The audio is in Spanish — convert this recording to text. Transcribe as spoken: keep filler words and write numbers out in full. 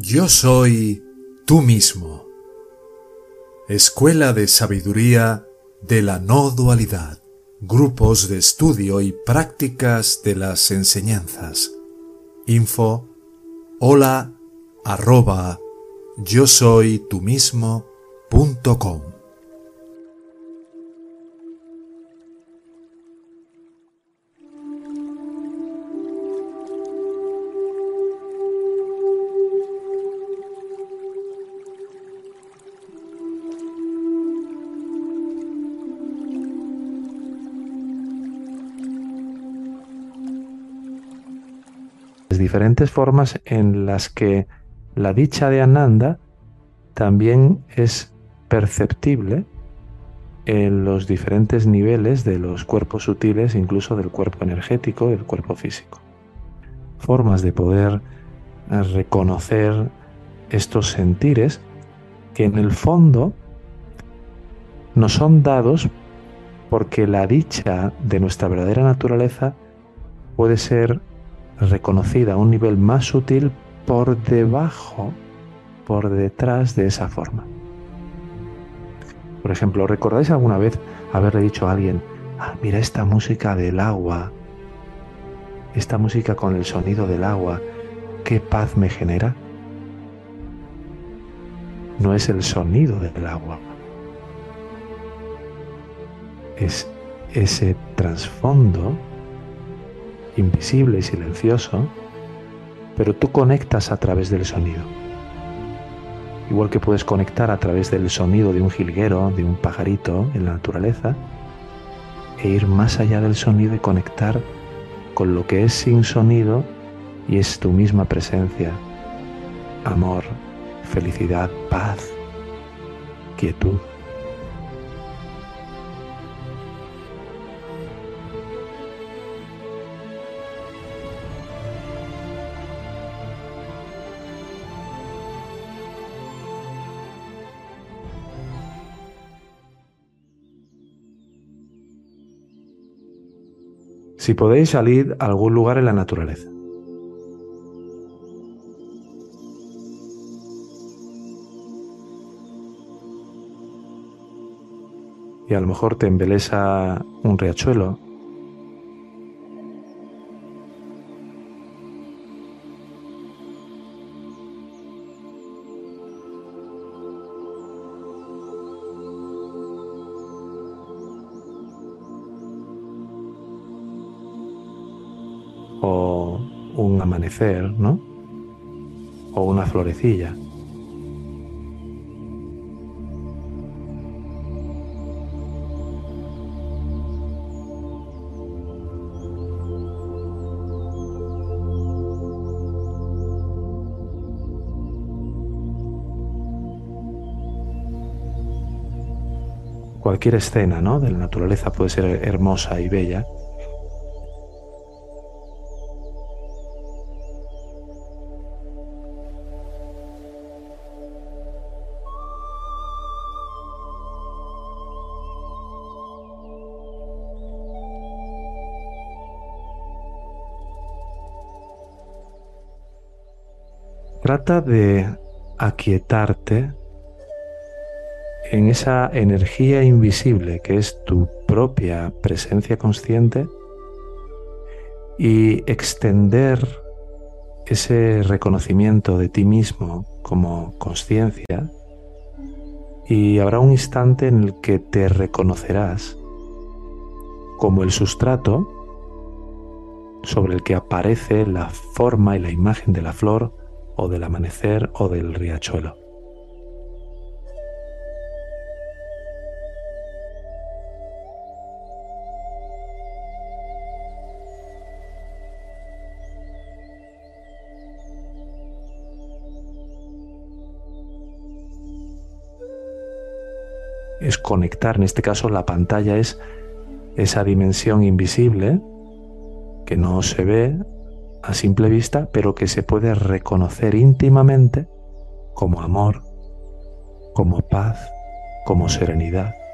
Yo soy tú mismo. Escuela de Sabiduría de la No Dualidad. Grupos de estudio y prácticas de las enseñanzas. Info hola arroba yo soy tú mismo punto com. Diferentes formas en las que la dicha de Ananda también es perceptible en los diferentes niveles de los cuerpos sutiles, incluso del cuerpo energético, del cuerpo físico. Formas de poder reconocer estos sentires que en el fondo nos son dados porque la dicha de nuestra verdadera naturaleza puede ser reconocida a un nivel más sutil por debajo, por detrás de esa forma. Por ejemplo, ¿recordáis alguna vez haberle dicho a alguien, ah, mira esta música del agua, esta música con el sonido del agua, qué paz me genera? No es el sonido del agua, es ese trasfondo invisible y silencioso, pero tú conectas a través del sonido. Igual que puedes conectar a través del sonido de un jilguero, de un pajarito en la naturaleza, e ir más allá del sonido y conectar con lo que es sin sonido y es tu misma presencia, amor, felicidad, paz, quietud. Si podéis, salid a algún lugar en la naturaleza. Y a lo mejor te embelesa un riachuelo. O un amanecer, ¿no? O una florecilla. Cualquier escena, ¿no?, de la naturaleza puede ser hermosa y bella. Trata de aquietarte en esa energía invisible que es tu propia presencia consciente y extender ese reconocimiento de ti mismo como consciencia, y habrá un instante en el que te reconocerás como el sustrato sobre el que aparece la forma y la imagen de la flor o del amanecer o del riachuelo. Es conectar, en este caso la pantalla es esa dimensión invisible que no se ve a simple vista, pero que se puede reconocer íntimamente como amor, como paz, como serenidad.